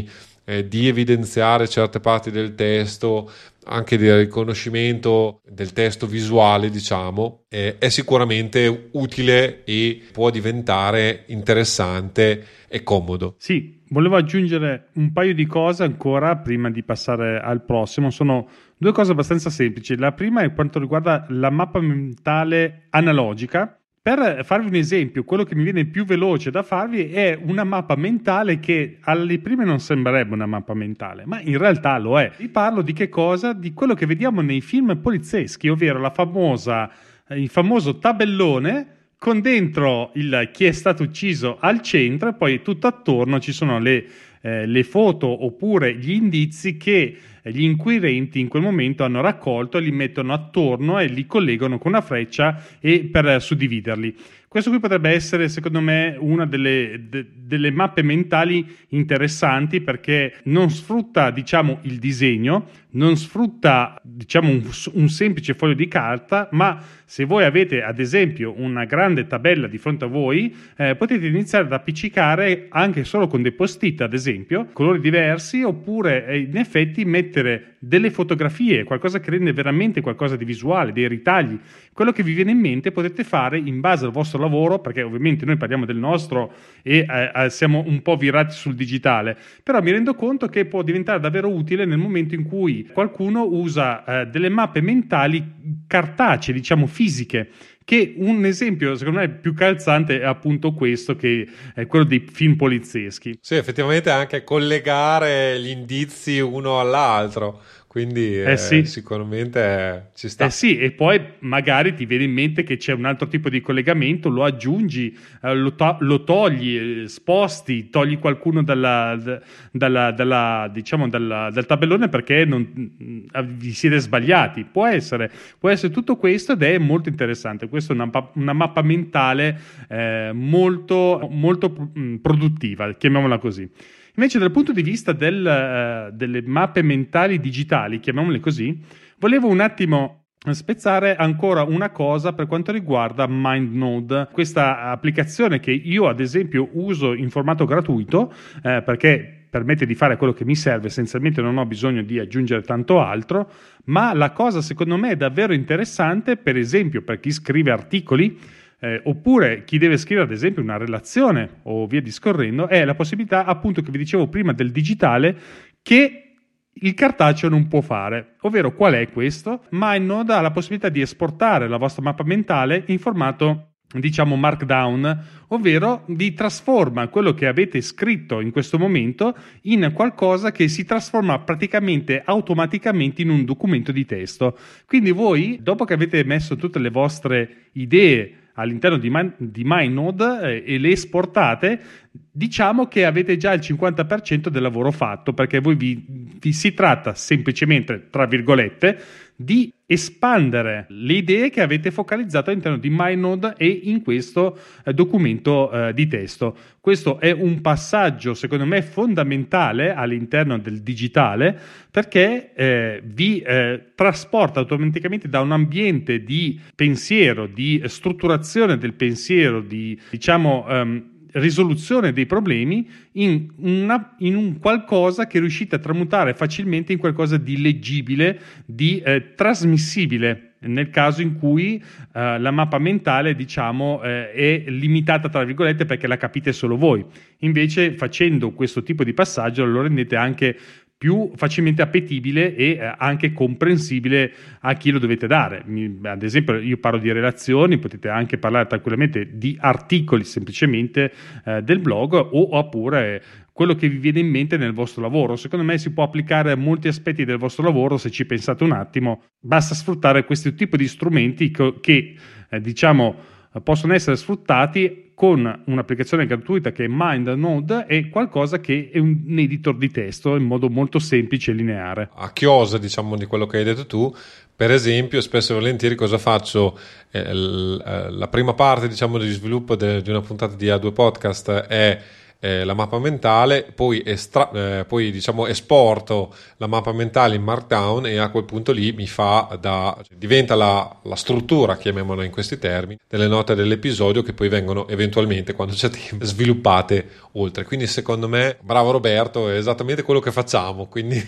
eh, di evidenziare certe parti del testo, anche del riconoscimento del testo visuale, diciamo, eh, è sicuramente utile e può diventare interessante e comodo. Sì, volevo aggiungere un paio di cose ancora prima di passare al prossimo. Sono due cose abbastanza semplici. La prima è quanto riguarda la mappa mentale analogica. Per farvi un esempio, quello che mi viene più veloce da farvi è una mappa mentale che alle prime non sembrerebbe una mappa mentale, ma in realtà lo è. Vi parlo di che cosa? Di quello che vediamo nei film polizieschi, ovvero la famosa, il famoso tabellone con dentro il chi è stato ucciso al centro e poi tutto attorno ci sono le, eh, le foto oppure gli indizi che gli inquirenti in quel momento hanno raccolto e li mettono attorno e li collegano con una freccia e per suddividerli. Questo qui potrebbe essere, secondo me, una delle, de, delle mappe mentali interessanti perché non sfrutta, diciamo, il disegno, non sfrutta, diciamo, un, un semplice foglio di carta, ma se voi avete, ad esempio, una grande tabella di fronte a voi, eh, potete iniziare ad appiccicare anche solo con dei post-it, ad esempio, colori diversi, oppure eh, in effetti mettere delle fotografie, qualcosa che rende veramente qualcosa di visuale, dei ritagli. Quello che vi viene in mente potete fare in base al vostro lavoro, perché ovviamente noi parliamo del nostro e eh, siamo un po' virati sul digitale, però mi rendo conto che può diventare davvero utile nel momento in cui qualcuno usa eh, delle mappe mentali cartacee, diciamo fisiche, che un esempio secondo me più calzante è appunto questo, che è quello dei film polizieschi. Sì, effettivamente anche collegare gli indizi uno all'altro, quindi eh, eh sì. sicuramente ci sta. Eh sì, e poi magari ti viene in mente che c'è un altro tipo di collegamento, lo aggiungi, eh, lo, to- lo togli, eh, sposti, togli qualcuno dalla, dalla, dalla, diciamo dalla, dal tabellone perché non, vi siete sbagliati. Può essere, può essere tutto questo ed è molto interessante. Questa è una, una mappa mentale eh, molto, molto produttiva, chiamiamola così. Invece dal punto di vista del, uh, delle mappe mentali digitali, chiamiamole così, volevo un attimo spezzare ancora una cosa per quanto riguarda MindNode, questa applicazione che io ad esempio uso in formato gratuito eh, perché permette di fare quello che mi serve, essenzialmente non ho bisogno di aggiungere tanto altro, ma la cosa secondo me è davvero interessante, per esempio per chi scrive articoli, Eh, oppure chi deve scrivere ad esempio una relazione o via discorrendo, è la possibilità appunto che vi dicevo prima del digitale che il cartaceo non può fare. Ovvero qual è questo? MindNode ha la possibilità di esportare la vostra mappa mentale in formato diciamo markdown, ovvero vi trasforma quello che avete scritto in questo momento in qualcosa che si trasforma praticamente automaticamente in un documento di testo. Quindi voi, dopo che avete messo tutte le vostre idee all'interno di, Man- di MindNode eh, e le esportate, diciamo che avete già il cinquanta per cento del lavoro fatto, perché voi vi, vi si tratta semplicemente, tra virgolette, di espandere le idee che avete focalizzato all'interno di MindNode e in questo eh, documento eh, di testo. Questo è un passaggio, secondo me, fondamentale all'interno del digitale, perché eh, vi eh, trasporta automaticamente da un ambiente di pensiero, di strutturazione del pensiero, di diciamo um, risoluzione dei problemi in, una, in un qualcosa che riuscite a tramutare facilmente in qualcosa di leggibile, di eh, trasmissibile, nel caso in cui eh, la mappa mentale diciamo eh, è limitata tra virgolette perché la capite solo voi. Invece facendo questo tipo di passaggio lo rendete anche più facilmente appetibile e eh, anche comprensibile a chi lo dovete dare. Mi, ad esempio io parlo di relazioni, potete anche parlare tranquillamente di articoli semplicemente eh, del blog o oppure quello che vi viene in mente nel vostro lavoro. Secondo me si può applicare a molti aspetti del vostro lavoro se ci pensate un attimo. Basta sfruttare questo tipo di strumenti che, che eh, diciamo possono essere sfruttati con un'applicazione gratuita che è MindNode e qualcosa che è un editor di testo in modo molto semplice e lineare. A chiosa, diciamo, di quello che hai detto tu, per esempio, spesso e volentieri cosa faccio? Eh, l, eh, la prima parte, diciamo, di sviluppo de, di una puntata di A due Podcast è eh, la mappa mentale, poi, estra- eh, poi diciamo esporto la mappa mentale in Markdown e a quel punto lì mi fa da cioè, diventa la, la struttura, chiamiamola in questi termini, delle note dell'episodio che poi vengono eventualmente, quando c'è tempo, sviluppate oltre. Quindi secondo me, bravo Roberto, è esattamente quello che facciamo, quindi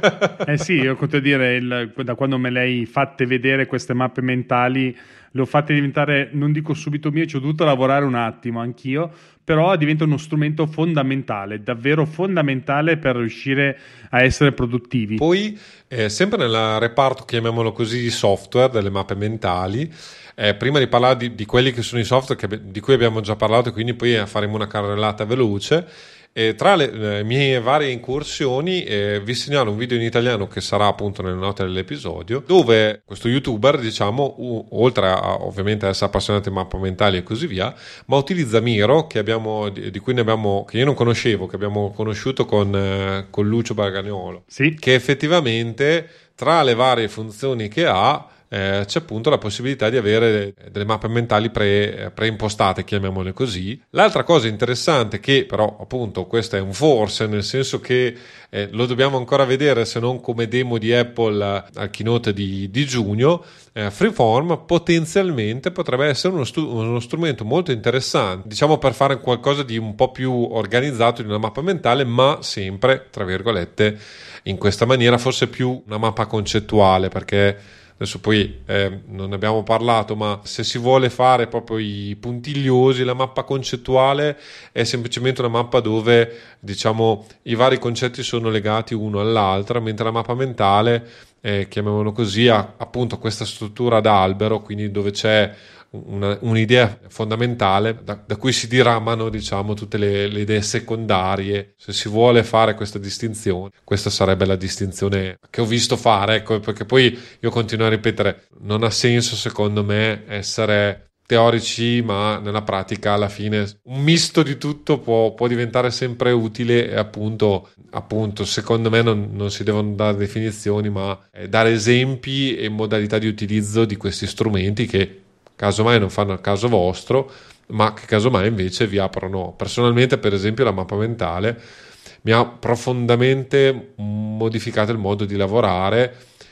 Eh sì, io conto dire, il- da quando me le hai fatte vedere queste mappe mentali, le ho fatte diventare, non dico subito mie, ci ho dovuto lavorare un attimo anch'io, però diventa uno strumento fondamentale, davvero fondamentale per riuscire a essere produttivi. poi eh, sempre nel reparto, chiamiamolo così, di software delle mappe mentali. Eh, prima di parlare di, di quelli che sono i software che, di cui abbiamo già parlato, quindi poi faremo una carrellata veloce. E tra le, le mie varie incursioni eh, vi segnalo un video in italiano che sarà appunto nelle note dell'episodio, dove questo youtuber, diciamo, u, oltre a ovviamente essere appassionato di mappe mentali e così via, ma utilizza Miro, che abbiamo, di, di cui ne abbiamo, che io non conoscevo, che abbiamo conosciuto con, eh, con Lucio Barganiolo, Sì. che effettivamente tra le varie funzioni che ha Eh, c'è appunto la possibilità di avere delle mappe mentali pre, preimpostate, chiamiamole così. L'altra cosa interessante, che però appunto questo è un forse, nel senso che eh, lo dobbiamo ancora vedere, se non come demo di Apple al keynote di, di giugno, eh, Freeform potenzialmente potrebbe essere uno, stu- uno strumento molto interessante, diciamo, per fare qualcosa di un po' più organizzato di una mappa mentale, ma sempre, tra virgolette, in questa maniera, forse più una mappa concettuale, perché adesso poi eh, non ne abbiamo parlato, ma se si vuole fare proprio i puntigliosi, la mappa concettuale è semplicemente una mappa dove, diciamo, i vari concetti sono legati uno all'altro, mentre la mappa mentale, eh, chiamiamolo così, ha appunto questa struttura ad albero, quindi dove c'è Una, un'idea fondamentale da, da cui si diramano, diciamo, tutte le, le idee secondarie. Se si vuole fare questa distinzione, questa sarebbe la distinzione che ho visto fare, ecco, perché poi io continuo a ripetere, non ha senso secondo me essere teorici, ma nella pratica alla fine un misto di tutto può, può diventare sempre utile, e appunto, appunto secondo me non, non si devono dare definizioni, ma eh, dare esempi e modalità di utilizzo di questi strumenti che casomai non fanno al caso vostro, ma che casomai invece vi aprono. Personalmente, per esempio, la mappa mentale mi ha profondamente modificato il modo di lavorare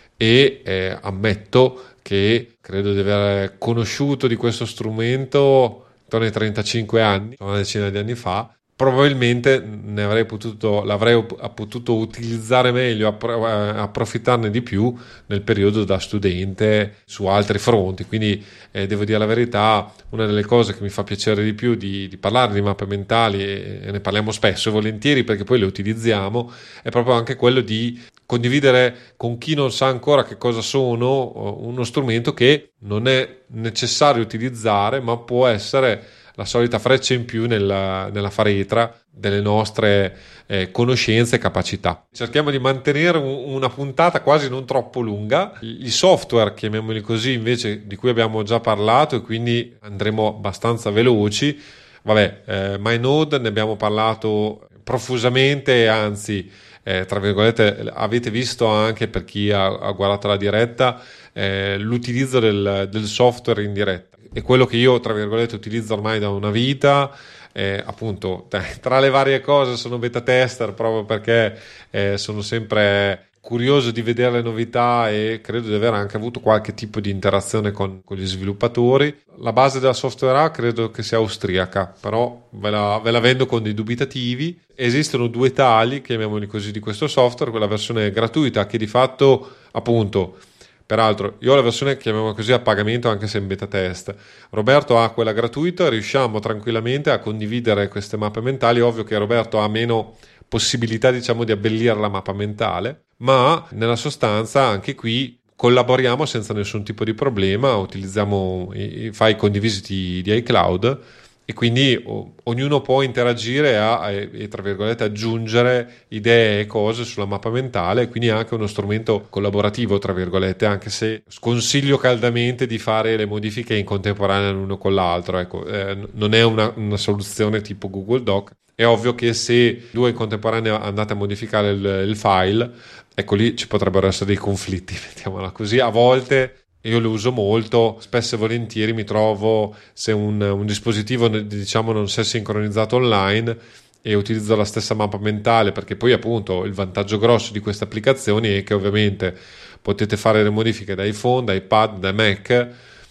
e eh, ammetto che credo di aver conosciuto di questo strumento intorno ai trentacinque anni, una decina di anni fa. Probabilmente ne avrei potuto, l'avrei potuto utilizzare meglio, appro- approfittarne di più nel periodo da studente su altri fronti. Quindi eh, devo dire la verità, una delle cose che mi fa piacere di più di, di parlare di mappe mentali, e, e ne parliamo spesso e volentieri perché poi le utilizziamo, è proprio anche quello di condividere con chi non sa ancora che cosa sono uno strumento che non è necessario utilizzare, ma può essere la solita freccia in più nella, nella faretra delle nostre eh, conoscenze e capacità. Cerchiamo di mantenere un, una puntata quasi non troppo lunga. I software, chiamiamoli così, invece, di cui abbiamo già parlato, e quindi andremo abbastanza veloci. Vabbè, eh, MyNode ne abbiamo parlato profusamente, anzi, eh, tra virgolette, avete visto anche, per chi ha, ha guardato la diretta, eh, l'utilizzo del, del software in diretta. È quello che io, tra virgolette, utilizzo ormai da una vita. Eh, appunto, tra le varie cose sono beta tester proprio perché eh, sono sempre curioso di vedere le novità e credo di aver anche avuto qualche tipo di interazione con, con gli sviluppatori. La base della software A credo che sia austriaca, però ve la, ve la vendo con dei dubitativi. Esistono due tagli, chiamiamoli così, di questo software, quella versione gratuita che di fatto, appunto, peraltro io ho la versione, chiamiamola così, a pagamento, anche se in beta test. Roberto ha quella gratuita, riusciamo tranquillamente a condividere queste mappe mentali. Ovvio che Roberto ha meno possibilità, diciamo, di abbellire la mappa mentale, ma nella sostanza anche qui collaboriamo senza nessun tipo di problema, utilizziamo i file condivisi di, di iCloud, e quindi o, ognuno può interagire a, e, e tra virgolette aggiungere idee e cose sulla mappa mentale, quindi è anche uno strumento collaborativo, tra virgolette, anche se sconsiglio caldamente di fare le modifiche in contemporanea l'uno con l'altro. Ecco, eh, non è una, una soluzione tipo Google Doc. È ovvio che se due in contemporanea andate a modificare il, il file, ecco lì ci potrebbero essere dei conflitti, mettiamola così. A volte io lo uso molto, spesso e volentieri mi trovo, se un, un dispositivo, diciamo, non si è sincronizzato online, e utilizzo la stessa mappa mentale, perché poi appunto il vantaggio grosso di queste applicazioni è che ovviamente potete fare le modifiche da iPhone, da iPad, da Mac,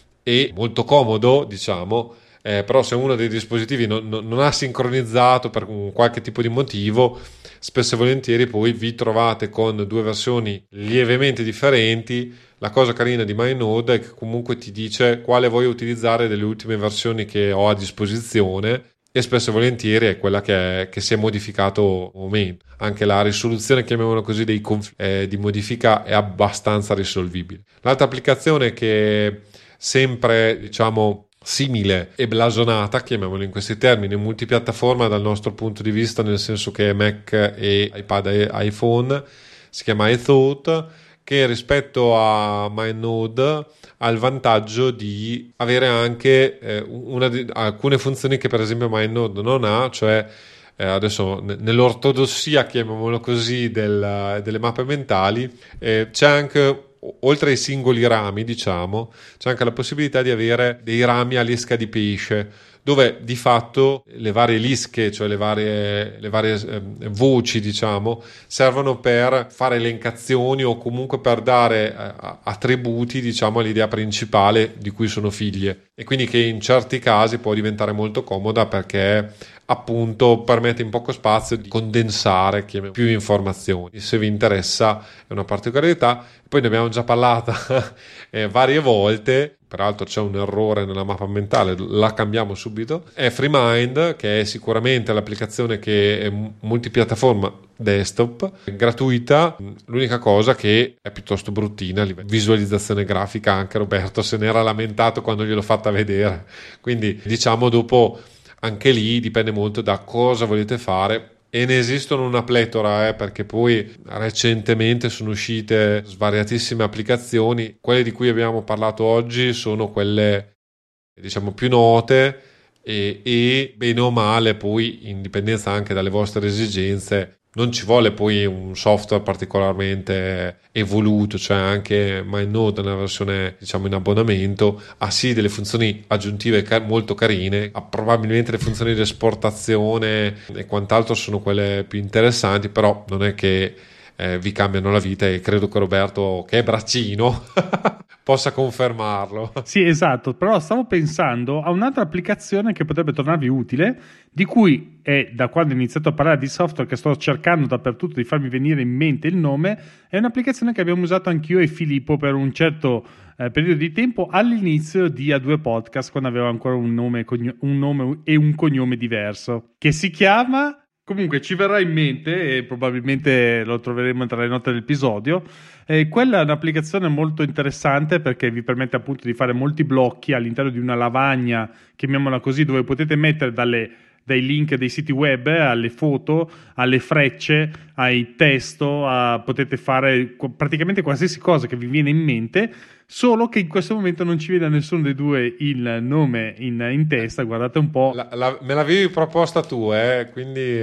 e molto comodo, diciamo. Eh, però se uno dei dispositivi non, non, non ha sincronizzato per un qualche tipo di motivo, spesso e volentieri poi vi trovate con due versioni lievemente differenti. La cosa carina di MyNode è che comunque ti dice quale vuoi utilizzare delle ultime versioni che ho a disposizione, e spesso e volentieri è quella che, è, che si è modificato al momento. Anche la risoluzione, chiamiamolo così, dei conf- eh, di modifica è abbastanza risolvibile. L'altra applicazione che sempre, diciamo, simile e blasonata, chiamiamolo in questi termini, multipiattaforma dal nostro punto di vista, nel senso che Mac e iPad e iPhone, si chiama iThought, che rispetto a MyNode ha il vantaggio di avere anche eh, una di, alcune funzioni che per esempio MyNode non ha, cioè eh, adesso n- nell'ortodossia, chiamiamolo così, del, delle mappe mentali, eh, c'è anche, oltre ai singoli rami, diciamo, c'è anche la possibilità di avere dei rami a lisca di pesce, dove di fatto le varie lische, cioè le varie, le varie eh, voci, diciamo, servono per fare elencazioni o comunque per dare eh, attributi, diciamo, all'idea principale di cui sono figlie, e quindi che in certi casi può diventare molto comoda, perché appunto permette in poco spazio di condensare più informazioni. Se vi interessa è una particolarità. Poi ne abbiamo già parlato eh, varie volte, peraltro c'è un errore nella mappa mentale, la cambiamo subito. È FreeMind, che è sicuramente l'applicazione che è multipiattaforma desktop, gratuita. L'unica cosa che è piuttosto bruttina, visualizzazione grafica, anche Roberto se n'era lamentato quando gliel'ho fatta vedere, quindi diciamo dopo anche lì dipende molto da cosa volete fare, e ne esistono una pletora, eh, perché poi recentemente sono uscite svariatissime applicazioni. Quelle di cui abbiamo parlato oggi sono quelle, diciamo, più note, e, e bene o male poi, in dipendenza anche dalle vostre esigenze, non ci vuole poi un software particolarmente evoluto, cioè anche MyNode nella versione, diciamo, in abbonamento ha sì delle funzioni aggiuntive car- molto carine, ha probabilmente le funzioni di esportazione e quant'altro sono quelle più interessanti, però non è che eh, vi cambiano la vita, e credo che Roberto, che è braccino, possa confermarlo. Sì, esatto, però stavo pensando a un'altra applicazione che potrebbe tornarvi utile, di cui è da quando ho iniziato a parlare di software che sto cercando dappertutto di farmi venire in mente il nome. È un'applicazione che abbiamo usato anch'io e Filippo per un certo eh, periodo di tempo all'inizio di A due Podcast, quando aveva ancora un nome, cogno- un nome e un cognome diverso, che si chiama... Comunque ci verrà in mente, e probabilmente lo troveremo tra le note dell'episodio. Eh, quella è un'applicazione molto interessante, perché vi permette appunto di fare molti blocchi all'interno di una lavagna, chiamiamola così, dove potete mettere dalle, dai link dei siti web alle foto, alle frecce, ai testo, a, potete fare praticamente qualsiasi cosa che vi viene in mente, solo che in questo momento non ci viene a nessuno dei due il nome in, in testa. Guardate un po'. La, la, me l'avevi proposta tu, eh? Quindi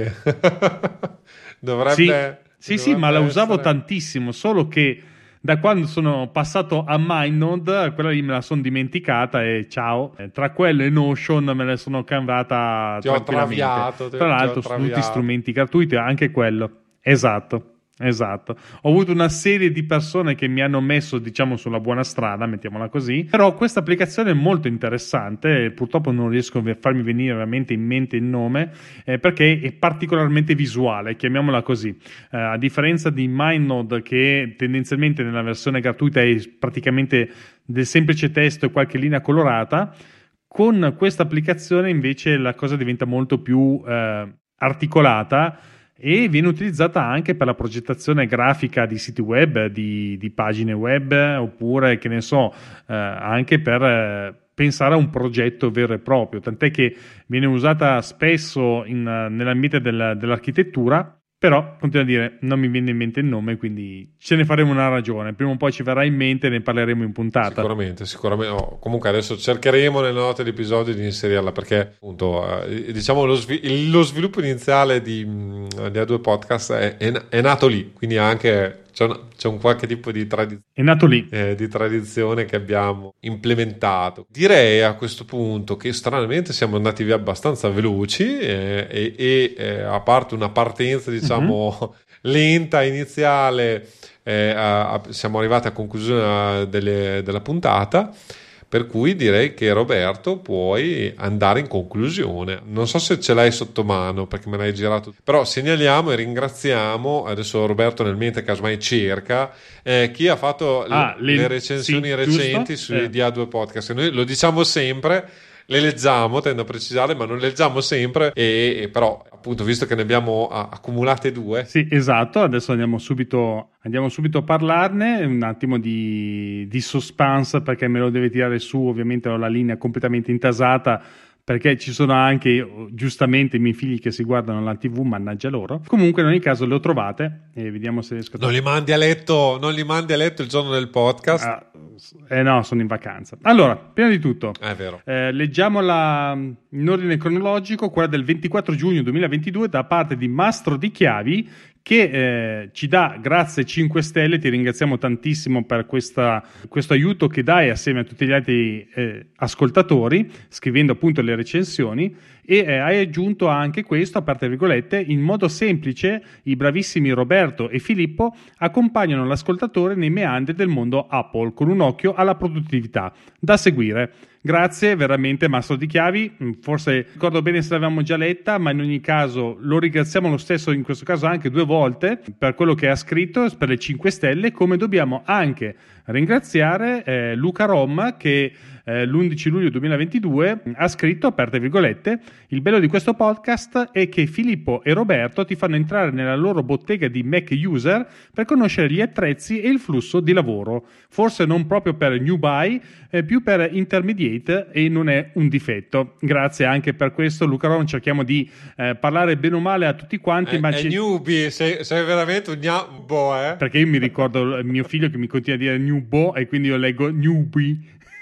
dovrebbe... Sì, sì, dovrebbe sì, ma la usavo essere... tantissimo, solo che da quando sono passato a MyNode, quella lì me la sono dimenticata e ciao. Tra quello e Notion me la sono cambiata ti ho tranquillamente. traviato, ti, Tra l'altro ti ho su tutti traviato. strumenti gratuiti, anche quello. Esatto. Esatto, ho avuto una serie di persone che mi hanno messo, diciamo, sulla buona strada, mettiamola così. Però questa applicazione è molto interessante, purtroppo non riesco a farmi venire veramente in mente il nome, eh, perché è particolarmente visuale, chiamiamola così. Eh, a differenza di MyNode, che tendenzialmente nella versione gratuita è praticamente del semplice testo e qualche linea colorata, con questa applicazione invece la cosa diventa molto più eh, articolata, e viene utilizzata anche per la progettazione grafica di siti web, di, di pagine web, oppure, che ne so, eh, anche per eh, pensare a un progetto vero e proprio, tant'è che viene usata spesso in, nell'ambiente del, dell'architettura. Però, continuo a dire, non mi viene in mente il nome, quindi ce ne faremo una ragione. Prima o poi ci verrà in mente e ne parleremo in puntata. Sicuramente, sicuramente. Oh, comunque adesso cercheremo nelle note dell'episodio di inserirla, perché appunto eh, diciamo lo, svil- lo sviluppo iniziale di, di A due Podcast è, è, è nato lì, quindi anche c'è, una, c'è un qualche tipo di tradizione. È nato lì. Eh, di tradizione che abbiamo implementato. Direi a questo punto che stranamente siamo andati via abbastanza veloci eh, e, e eh, a parte una partenza diciamo uh-huh. lenta iniziale eh, a, a, siamo arrivati a conclusione delle, della puntata, per cui direi che Roberto puoi andare in conclusione. Non so se ce l'hai sotto mano perché me l'hai girato, però segnaliamo e ringraziamo, adesso Roberto nel mente casomai cerca, eh, chi ha fatto ah, le, le, le recensioni sì, recenti giusto? sui eh. D A due Podcast. Noi lo diciamo sempre, le leggiamo, tendo a precisare, ma non le leggiamo sempre e, e però appunto visto che ne abbiamo accumulate due. Sì, esatto, adesso andiamo subito, andiamo subito a parlarne, un attimo di, di suspense perché me lo deve tirare su, ovviamente ho la linea completamente intasata perché ci sono anche giustamente i miei figli che si guardano la tivù, mannaggia loro. Comunque in ogni caso le ho trovate e vediamo se riesco a... Non li mandi a letto, non li mandi a letto il giorno del podcast? Ah, eh no, sono in vacanza. Allora, prima di tutto, è vero. Eh, leggiamola in ordine cronologico, quella del ventiquattro giugno duemilaventidue da parte di Mastro di Chiavi, che eh, ci dà grazie cinque stelle, ti ringraziamo tantissimo per questa, questo aiuto che dai assieme a tutti gli altri eh, ascoltatori, scrivendo appunto le recensioni, e eh, hai aggiunto anche questo, aperte virgolette, in modo semplice i bravissimi Roberto e Filippo accompagnano l'ascoltatore nei meandri del mondo Apple con un occhio alla produttività, da seguire. Grazie veramente Mastro di Chiavi, forse ricordo bene se l'avevamo già letta, ma in ogni caso lo ringraziamo lo stesso, in questo caso anche due volte, per quello che ha scritto, per le cinque stelle, come dobbiamo anche ringraziare eh, Luca Rom che eh, l'undici luglio duemilaventidue ha scritto, aperte virgolette, il bello di questo podcast è che Filippo e Roberto ti fanno entrare nella loro bottega di Mac user per conoscere gli attrezzi e il flusso di lavoro, forse non proprio per new buy, eh, più per intermediate, e non è un difetto. Grazie anche per questo Luca Rom, cerchiamo di eh, parlare bene o male a tutti quanti, è, ma è ci... newbie, sei, sei veramente un gnabbo, eh? Perché io mi ricordo il mio figlio che mi continua a dire newbo e quindi io leggo newbie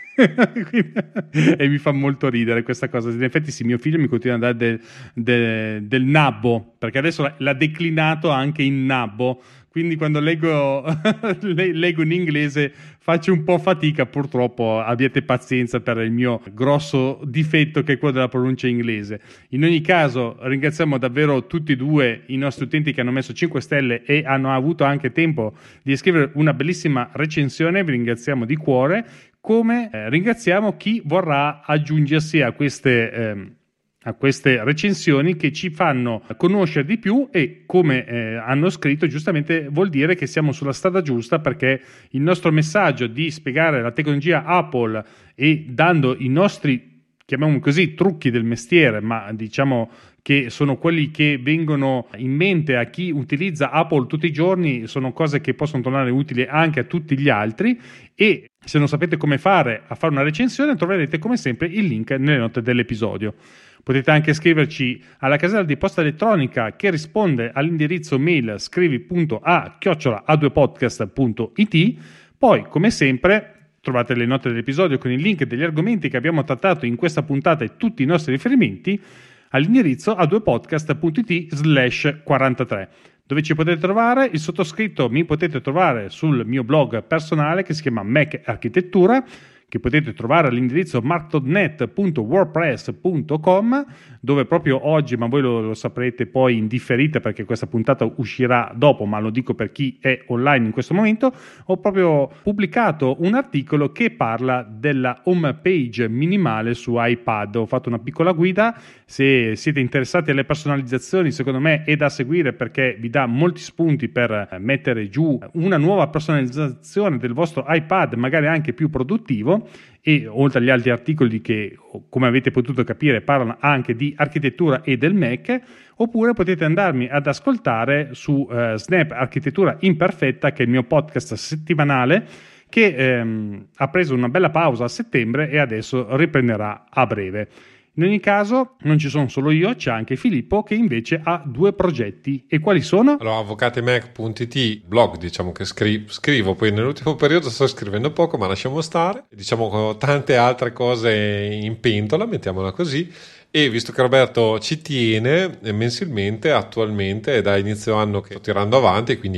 e mi fa molto ridere questa cosa. In effetti sì, mio figlio mi continua a dare del, del, del nabbo, perché adesso l'ha declinato anche in nabbo, quindi quando leggo leggo in inglese faccio un po' fatica, purtroppo abbiate pazienza per il mio grosso difetto che è quello della pronuncia inglese. In ogni caso ringraziamo davvero tutti e due i nostri utenti che hanno messo cinque stelle e hanno avuto anche tempo di scrivere una bellissima recensione, vi ringraziamo di cuore, come eh, ringraziamo chi vorrà aggiungersi a queste eh, a queste recensioni che ci fanno conoscere di più e, come eh, hanno scritto giustamente, vuol dire che siamo sulla strada giusta, perché il nostro messaggio di spiegare la tecnologia Apple e dando i nostri, chiamiamoli così, trucchi del mestiere, ma diciamo che sono quelli che vengono in mente a chi utilizza Apple tutti i giorni, sono cose che possono tornare utili anche a tutti gli altri. E se non sapete come fare a fare una recensione, troverete come sempre il link nelle note dell'episodio. Potete anche scriverci alla casella di posta elettronica che risponde all'indirizzo mail scrivi punto a chiocciola a due podcast punto it. Poi, come sempre, trovate le note dell'episodio con il link degli argomenti che abbiamo trattato in questa puntata e tutti i nostri riferimenti all'indirizzo a due podcast punto it slash quarantatré. Dove ci potete trovare? Il sottoscritto mi potete trovare sul mio blog personale che si chiama Mac Architettura, che potete trovare all'indirizzo mark punto net punto wordpress punto com, dove proprio oggi, ma voi lo, lo saprete poi in differita perché questa puntata uscirà dopo, ma lo dico per chi è online in questo momento, ho proprio pubblicato un articolo che parla della home page minimale su iPad. Ho fatto una piccola guida, se siete interessati alle personalizzazioni secondo me è da seguire perché vi dà molti spunti per mettere giù una nuova personalizzazione del vostro iPad, magari anche più produttivo. E oltre agli altri articoli che, come avete potuto capire, parlano anche di architettura e del Mac, oppure potete andarmi ad ascoltare su uh, Snap Architettura Imperfetta, che è il mio podcast settimanale che ehm, ha preso una bella pausa a settembre e adesso riprenderà a breve. In ogni caso non ci sono solo io, c'è anche Filippo che invece ha due progetti. E quali sono? Allora, avvocatemac punto it, blog, diciamo che scri- scrivo, poi nell'ultimo periodo sto scrivendo poco, ma lasciamo stare, diciamo che ho tante altre cose in pentola, mettiamola così. E visto che Roberto ci tiene mensilmente, attualmente è da inizio anno che sto tirando avanti, quindi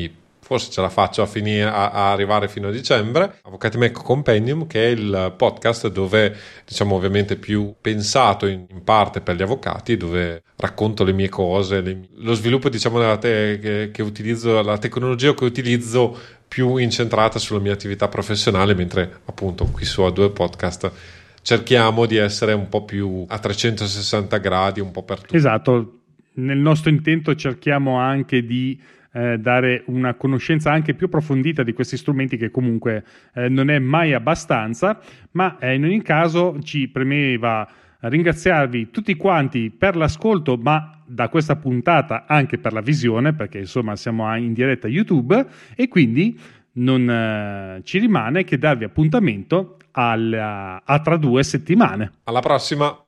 forse ce la faccio a, finire, a, a arrivare fino a dicembre, Avvocati Mac Compendium, che è il podcast dove, diciamo, ovviamente più pensato in, in parte per gli avvocati, dove racconto le mie cose, le, lo sviluppo, diciamo, della te, che, che utilizzo, la tecnologia che utilizzo più incentrata sulla mia attività professionale, mentre appunto qui su A due Podcast cerchiamo di essere un po' più a trecentosessanta gradi, un po' per tutto. Esatto, nel nostro intento cerchiamo anche di eh, dare una conoscenza anche più approfondita di questi strumenti, che comunque eh, non è mai abbastanza, ma eh, in ogni caso ci premeva ringraziarvi tutti quanti per l'ascolto, ma da questa puntata anche per la visione, perché insomma siamo in diretta YouTube, e quindi non eh, ci rimane che darvi appuntamento alla, a tra due settimane. Alla prossima!